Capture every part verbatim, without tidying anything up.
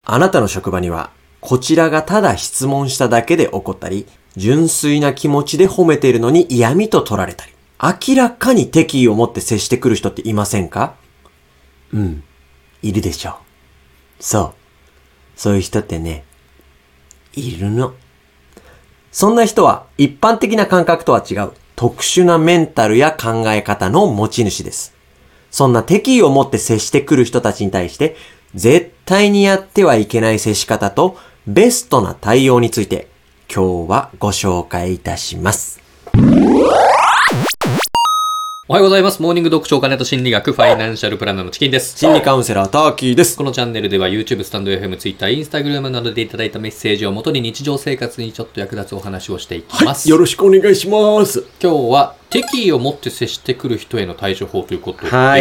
あなたの職場には、こちらがただ質問しただけで怒ったり、純粋な気持ちで褒めているのに嫌味と取られたり、明らかに敵意を持って接してくる人っていませんか？うん、いるでしょう。そう。そういう人ってね、いるの。そんな人は一般的な感覚とは違う特殊なメンタルや考え方の持ち主です。そんな敵意を持って接してくる人たちに対して、絶対にやってはいけない接し方とベストな対応について今日はご紹介いたします。 おはようございます。モーニング読書お金と心理学ファイナンシャルプランナーのチキンです。 心理カウンセラーターキーです。 このチャンネルでは YouTube、スタンド エフエム、Twitter、Instagram などでいただいたメッセージをもとに日常生活にちょっと役立つお話をしていきます。 はい、よろしくお願いします。 今日は敵意を持って接してくる人への対処法ということで、 はい、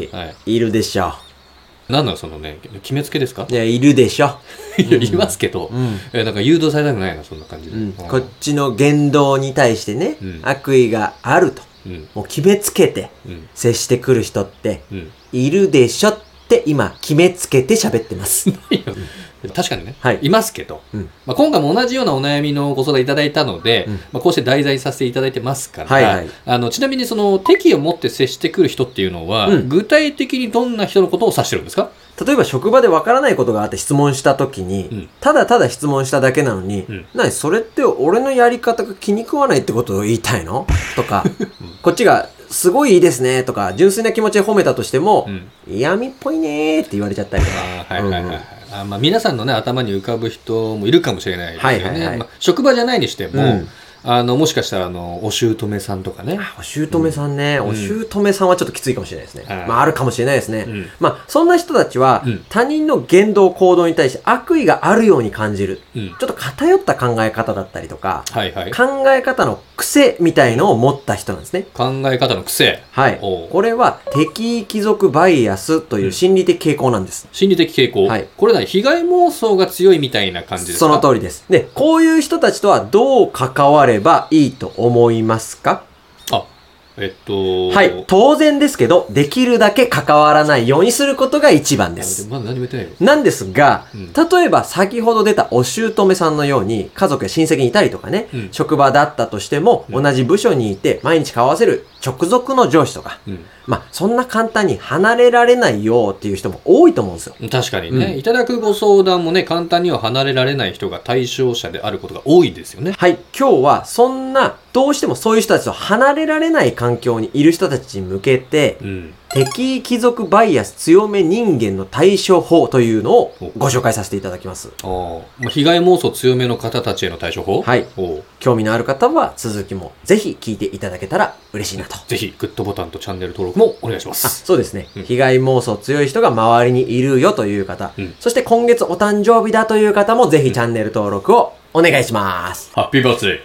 はい、 いるでしょう。なんなのそのね、決めつけですか？ いや、いるでしょ。 いや、いますけど、 うん、 えなんか誘導されたくないな、そんな感じで。 うん、こっちの言動に対してね、うん、悪意があると。うん、もう決めつけて接してくる人っているでしょって今決めつけて喋ってます。 確かにね、 はい、 いますけど、うんまあ、今回も同じようなお悩みのご相談いただいたので、うんまあ、こうして題材させていただいてますから、はいはい、あのちなみにその敵意を持って接してくる人っていうのは、うん、具体的にどんな人のことを指してるんですか？ 例えば職場でわからないことがあって質問したときに、うん、ただただ質問しただけなのに、うん、なにそれって俺のやり方が気に食わないってことを言いたいの？とか、うん、こっちがすごいいいですねとか純粋な気持ちで褒めたとしても、うん、嫌味っぽいねーって言われちゃったりとか。 あ、はいはいはい、あ、まあ、皆さんのね頭に浮かぶ人もいるかもしれないですよね、はいはいはいまあ、職場じゃないにしても、うんあのもしかしたらあのお姑さんとかね。 あ、お姑さんね、うん、お姑さんはちょっときついかもしれないですね。 うん、 まああるかもしれないですね。うん、まあそんな人たちは、うん、他人の言動行動に対して悪意があるように感じる、うん、ちょっと偏った考え方だったりとか、はいはい、考え方の癖みたいのを持った人なんですね。 考え方の癖。 はい。これは敵意貴族バイアスという心理的傾向なんです。 うん、心理的傾向。はい。これは被害妄想が強いみたいな感じですか？ その通りです。で、こういう人たちとはどう関わればいいと思いますか？ あ、えっとはい、当然ですけど、できるだけ関わらないようにすることが一番です。 まだ何も言ってないよ。 なんですが、うん、例えば先ほど出たお姑さんのように、家族や親戚にいたりとかね、うん、職場だったとしても、うん、同じ部署にいて毎日顔合わせる直属の上司とか、うんまあ、そんな簡単に離れられないよっていう人も多いと思うんですよ。 確かにね、うん、いただくご相談もね、簡単には離れられない人が対象者であることが多いですよね。 はい、今日はそんな、どうしてもそういう人たちと離れられない環境にいる人たちに向けて、うん、敵意貴族バイアス強め人間の対処法というのをご紹介させていただきます。 ああ、被害妄想強めの方たちへの対処法？ はい。興味のある方は続きもぜひ聞いていただけたら嬉しいなと。 ぜひグッドボタンとチャンネル登録もお願いします。 あ、そうですね、うん。被害妄想強い人が周りにいるよという方、うん、そして今月お誕生日だという方もぜひチャンネル登録をお願いします。 ハッピーバースデー。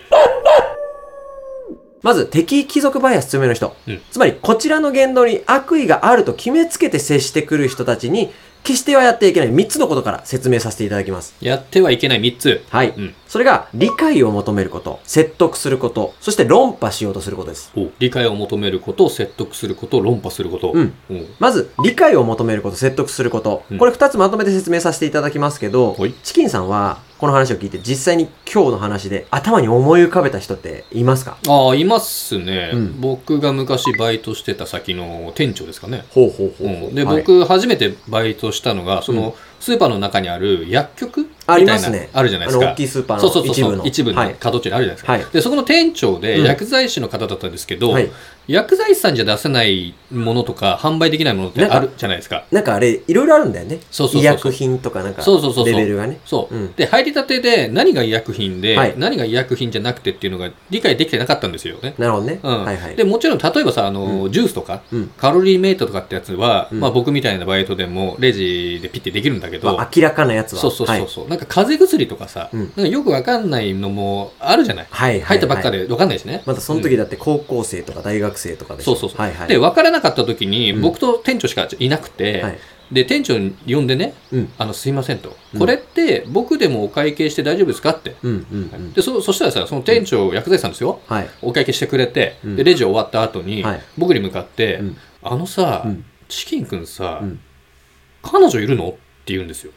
まず、敵意貴族バイアス強めの人、うん。つまり、こちらの言動に悪意があると決めつけて接してくる人たちに、決してはやってはいけないみっつのことから説明させていただきます。 やってはいけないみっつ。 はい。うん、それが、理解を求めること、説得すること、そして論破しようとすることです。 理解を求めること、説得すること、論破すること。 うん。まず、理解を求めること、説得すること。うん、これふたつまとめて説明させていただきますけど、チキンさんは、この話を聞いて実際に今日の話で頭に思い浮かべた人っていますか？ ああ、いますね、うん、僕が昔バイトしてた先の店長ですかね。 ほうほうほうほう、 うん、で、はい、僕初めてバイトしたのがその、うん、スーパーの中にある薬局みたいな、 ありますね、 あるじゃないですか。 あの大きいスーパーの一部の、そうそうそうそう、 一部の角地にあるじゃないですか、はい、でそこの店長で薬剤師の方だったんですけど、うんはい、薬剤師さんじゃ出せないものとか販売できないものってあるじゃないですか。 なんかあれいろいろあるんだよね。そうそうそうそう、医薬品とかなんかレベルがね。 そう、うん、で入りたてで何が医薬品で、はい、何が医薬品じゃなくてっていうのが理解できてなかったんですよね。 なるほどね、 うん、 はいはい、 でもちろん例えばさあの、うん、ジュースとか、うん、カロリーメイトとかってやつは、うんまあ、僕みたいなバイトでもレジでピッてできるんだけど、 まあ、明らかなやつはそうそうそうそう、はい、なんか風邪薬とかさ、うん、なんかよくわかんないのもあるじゃない、はいはいはい、入ったばっかでわかんないしね。 またその時だって高校生とか大学生とかでしょ、 うん、そうそうそう、はいはい、で分からなかった時に、うん、僕と店長しかいなくて、はい、で店長に呼んでね、うん、あのすいませんと、うん、これって僕でもお会計して大丈夫ですかって、うんうんうん、で そ, そしたらさその店長、うん、薬剤師さんですよ、はい、お会計してくれて、うん、でレジ終わった後に、はい、僕に向かって、うん、あのさ、うん、チキンくんさ、うん、彼女いるのって言うんですよ。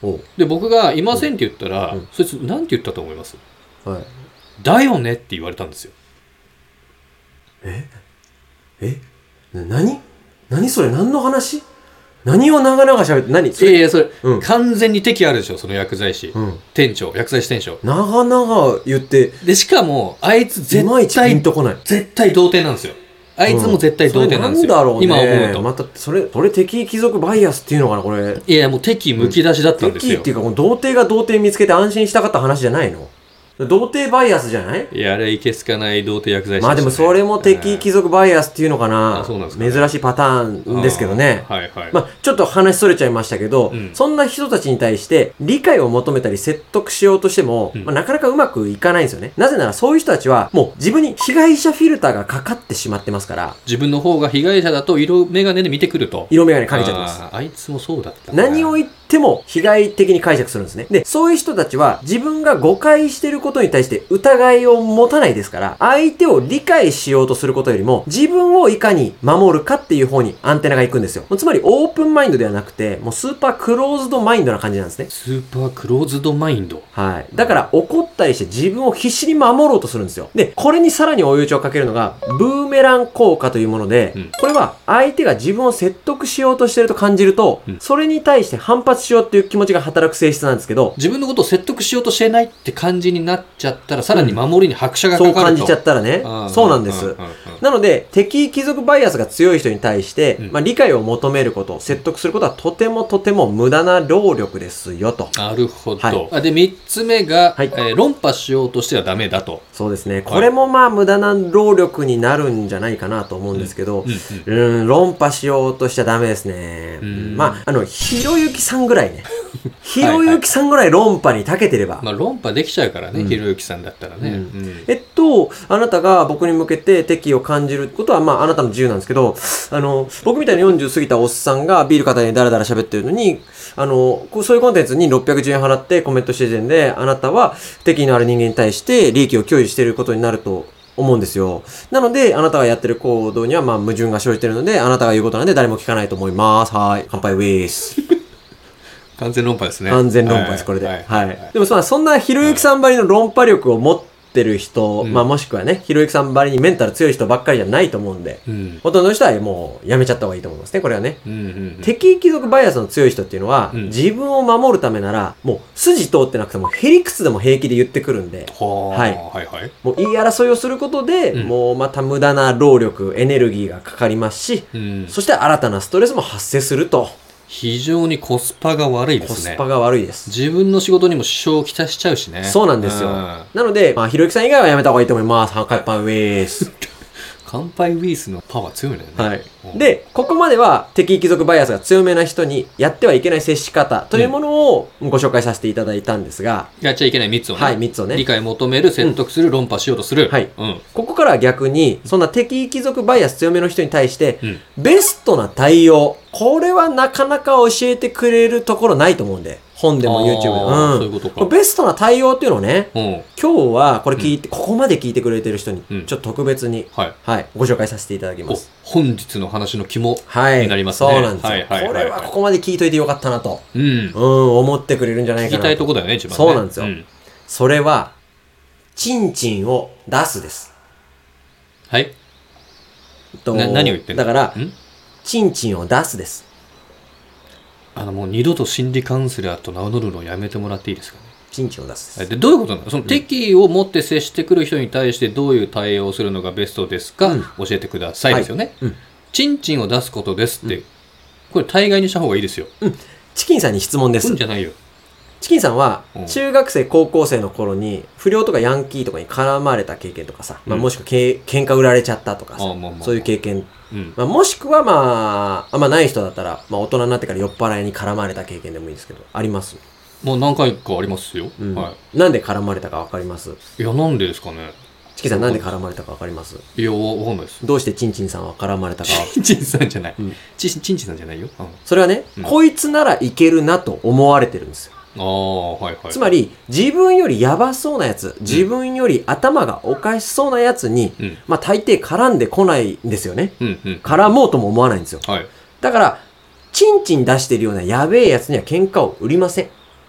で僕がいませんって言ったら、うんうん、そいつなんて言ったと思います？ はい。 だよねって言われたんですよ。 ええ何何それ何の話？何を長々喋って何それ？いやいやそれ、うん、完全に敵あるでしょその薬剤師、うん、店長薬剤師店長長々言ってでしかもあいつ絶対絶対童貞なんですよ。あいつも絶対童貞なんですよ、うん、 なんだろうね、 今思うとまたそれそれ敵貴族バイアスっていうのかなこれ。 いやもう敵むき出しだったんですよ、 うん、敵っていうかこの童貞が童貞見つけて安心したかった話じゃないの？童貞バイアスじゃない？ いやあれいけすかない童貞薬剤師、 ね、まあでもそれも敵貴族バイアスっていうのかな。 あそうなんですかね、 珍しいパターンですけどね。 はいはい。 まあちょっと話それちゃいましたけど、うん、そんな人たちに対して理解を求めたり説得しようとしても、うんまあ、なかなかうまくいかないんですよね。なぜならそういう人たちはもう自分に被害者フィルターがかかってしまってますから。 自分の方が被害者だと色眼鏡で見てくると。 色眼鏡かけちゃってます。 あ, あいつもそうだった何を言っても被害的に解釈するんですね。で、そういう人たちは自分が誤解してることに対して疑いを持たないですから、相手を理解しようとすることよりも自分をいかに守るかっていう方にアンテナが行くんですよ。つまりオープンマインドではなくて、もうスーパークローズドマインドな感じなんですね。 スーパークローズドマインド。 はい。だから怒ったりして自分を必死に守ろうとするんですよ。で、これにさらに追い打ちをかけるのがブーメラン効果というもので、うん、これは相手が自分を説得しようとしてると感じると、うん、それに対して反発しようっていう気持ちが働く性質なんですけど、 自分のことを説得しようとしてないって感じになっちゃったら、さらに守りに拍車がかかると、 うん、そう感じちゃったらね、そうなんです。なので、敵貴族バイアスが強い人に対して、うん、まあ、理解を求めること、説得することはとてもとても無駄な労力ですよと。 なるほど。はい、で、みっつめが、はい、えー、論破しようとしてはダメだと。 そうですね。これもまあ無駄な労力になるんじゃないかなと思うんですけど、うん、うんうん、論破しようとしちゃダメですね。うん、まあ、あの、ひろゆきさんぐらいね。ひろゆきさんぐらい論破に長けてれば。 はいはい、まあ論破できちゃうからね、ひろゆきさんだったらね。うんうん、 えっと、あなたが僕に向けて敵意を感じることは、まああなたの自由なんですけど、あの、僕みたいによんじゅう過ぎたおっさんがビール片手にダラダラ喋ってるのに、あの、そういうコンテンツにろっぴゃくじゅうえん払ってコメントしてる時点で、あなたは敵意のある人間に対して利益を享受していることになると思うんですよ。なので、あなたがやってる行動にはまあ矛盾が生じているので、あなたが言うことなんで誰も聞かないと思います。はい。乾杯ウェイス。 完全論破ですね。 完全論破です、これで。はい。はいはい、でもそんなひろゆきさんばりの論破力を持ってる人、うん、まあもしくはね、ひろゆきさんばりにメンタル強い人ばっかりじゃないと思うんで、うん、ほとんどの人はもうやめちゃった方がいいと思いますね、これはね。うんうんうん、敵貴族バイアスの強い人っていうのは、うん、自分を守るためなら、もう筋通ってなくてもへりくつでも平気で言ってくるんで、 はい。はいはい。 もう言い争いをすることで、うん、もうまた無駄な労力、エネルギーがかかりますし、うん、そして新たなストレスも発生すると。 非常にコスパが悪いですね。 コスパが悪いです。 自分の仕事にも支障をきたしちゃうしね。 そうなんですよ。なので、まあ、ひろゆきさん以外はやめた方がいいと思います。乾杯ウェイス。 乾杯ウィースのパワー強いんだよね。 はい。で、ここまでは敵貴族バイアスが強めな人にやってはいけない接し方というものをご紹介させていただいたんですが、 うん、やっちゃいけないみっつをね。 はい、みっつをね。 理解を求める、説得する、うん、論破しようとする。 はい。うん。ここからは逆に、そんな敵貴族バイアス強めの人に対して、うん、ベストな対応。これはなかなか教えてくれるところないと思うんで。本でも YouTube でも。 うん。そういうことか。 ベストな対応っていうのをね、うん、今日はこれ聞いて、うん、ここまで聞いてくれてる人に、ちょっと特別に、うん、はい、はい、ご紹介させていただきます。 本日の話の肝になりますね。 はい、そうなんですよ、はいはいはいはい。これはここまで聞いといてよかったなと、うん、うん、思ってくれるんじゃないかなと。 聞きたいとこだよね、一番ね。 そうなんですよ。うん、それは、チンチンを出すです。 はい。 とな何を言ってんの？ だから、チンチンを出すです。 あのもう二度と心理カウンセラーと名乗るのをやめてもらっていいですかね。 チンチンを出すです。 で、どういうことなの？その敵意を持って接してくる人に対してどういう対応をするのがベストですか、うん、教えてくださいですよね、はい、うん。チンチンを出すことですって、うん、これ大概にした方がいいですよ。 うん。チキンさんに質問です。 うんじゃないよ。 チキンさんは中学生高校生の頃に不良とかヤンキーとかに絡まれた経験とかさ、うん、まあ、もしくはけ喧嘩売られちゃったとかさ、まあまあまあ、そういう経験、うん、まあ、もしくはまああんまない人だったら、まあ、大人になってから酔っ払いに絡まれた経験でもいいですけど、あります？ もう何回かありますよ、 うん、 はい。 なんで絡まれたか分かります？ いや、なんでですかね。 チキンさんなんで絡まれたか分かります？ いや、分かんないです。 どうしてチンチンさんは絡まれたか。 チンチンさんじゃない、うん、チンチンさんじゃないよ、うん、 それはね、うん、こいつならいけるなと思われてるんですよ。 ああ、はいはい。 つまり自分よりヤバそうなやつ、自分より頭がおかしそうなやつに、うん、まあ大抵絡んでこないんですよね、うんうん、絡もうとも思わないんですよ、はい、だからチンチン出してるようなやべえやつには喧嘩を売りません。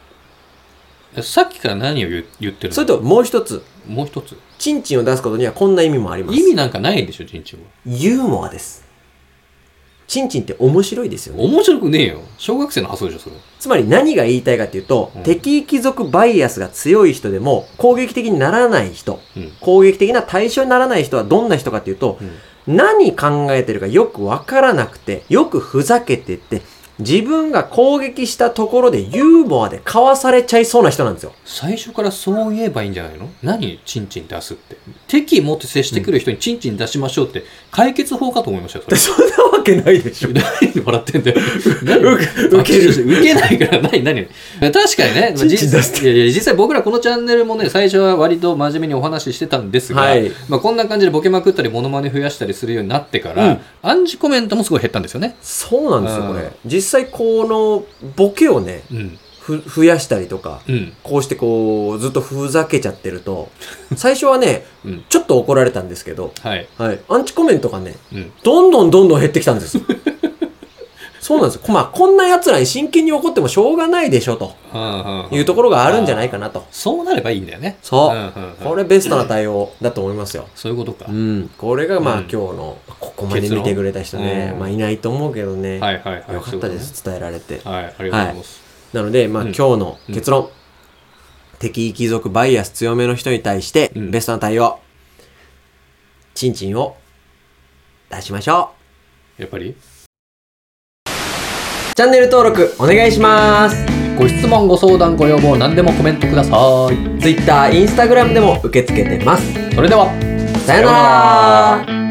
さっきから何を言言ってるの？ それともう一つ。 もう一つ。 チンチンを出すことにはこんな意味もあります。 意味なんかないでしょ、チンチンは。 ユーモアです。チンチンって面白いですよね。 面白くねえよ。小学生の発想でしょ、それ。 つまり何が言いたいかっていうと、うん、敵貴族バイアスが強い人でも攻撃的にならない人、うん、攻撃的な対象にならない人はどんな人かっていうと、うん、何考えてるかよくわからなくて、よくふざけてて、自分が攻撃したところでユーモアでかわされちゃいそうな人なんですよ。 最初からそう言えばいいんじゃないの？何チンチン出すって。敵意持って接してくる人にチンチン出しましょうって解決法かと思いましたよ。 それ。そんなわけないでしょ。 何笑ってんだよ。受ける。受けないから何何確かにね、 チンチン出すいやいや実際僕らこのチャンネルもね、最初は割と真面目にお話ししてたんですが、はい、まあこんな感じでボケまくったりモノマネ増やしたりするようになってから、うん、暗示コメントもすごい減ったんですよね。 そうなんですよ、これ。実際このボケをね、うん、ふ増やしたりとか、うん、こうしてこうずっとふざけちゃってると最初はね、うん、ちょっと怒られたんですけど、はいはい、アンチコメントがね、うん、どんどんどんどん減ってきたんですそうなんですよ。まあこんな奴らに真剣に怒ってもしょうがないでしょというところがあるんじゃないかなと。 そうなればいいんだよね。 そう、うんうんうん、これベストな対応だと思いますよ。 そういうことか。 うん、これがまあ、うん、今日のここまで見てくれた人ね、まあいないと思うけどね、はいはいはい、よかったです、伝えられて。 はい、ありがとうございます。 はい、なのでまあ、うん、今日の結論、うん、敵貴族バイアス強めの人に対してベストな対応、うん、チンチンを出しましょう。やっぱりチャンネル登録お願いします。 ご質問ご相談ご要望何でもコメントください。 Twitter、Instagram でも受け付けてます。 それではさよなら。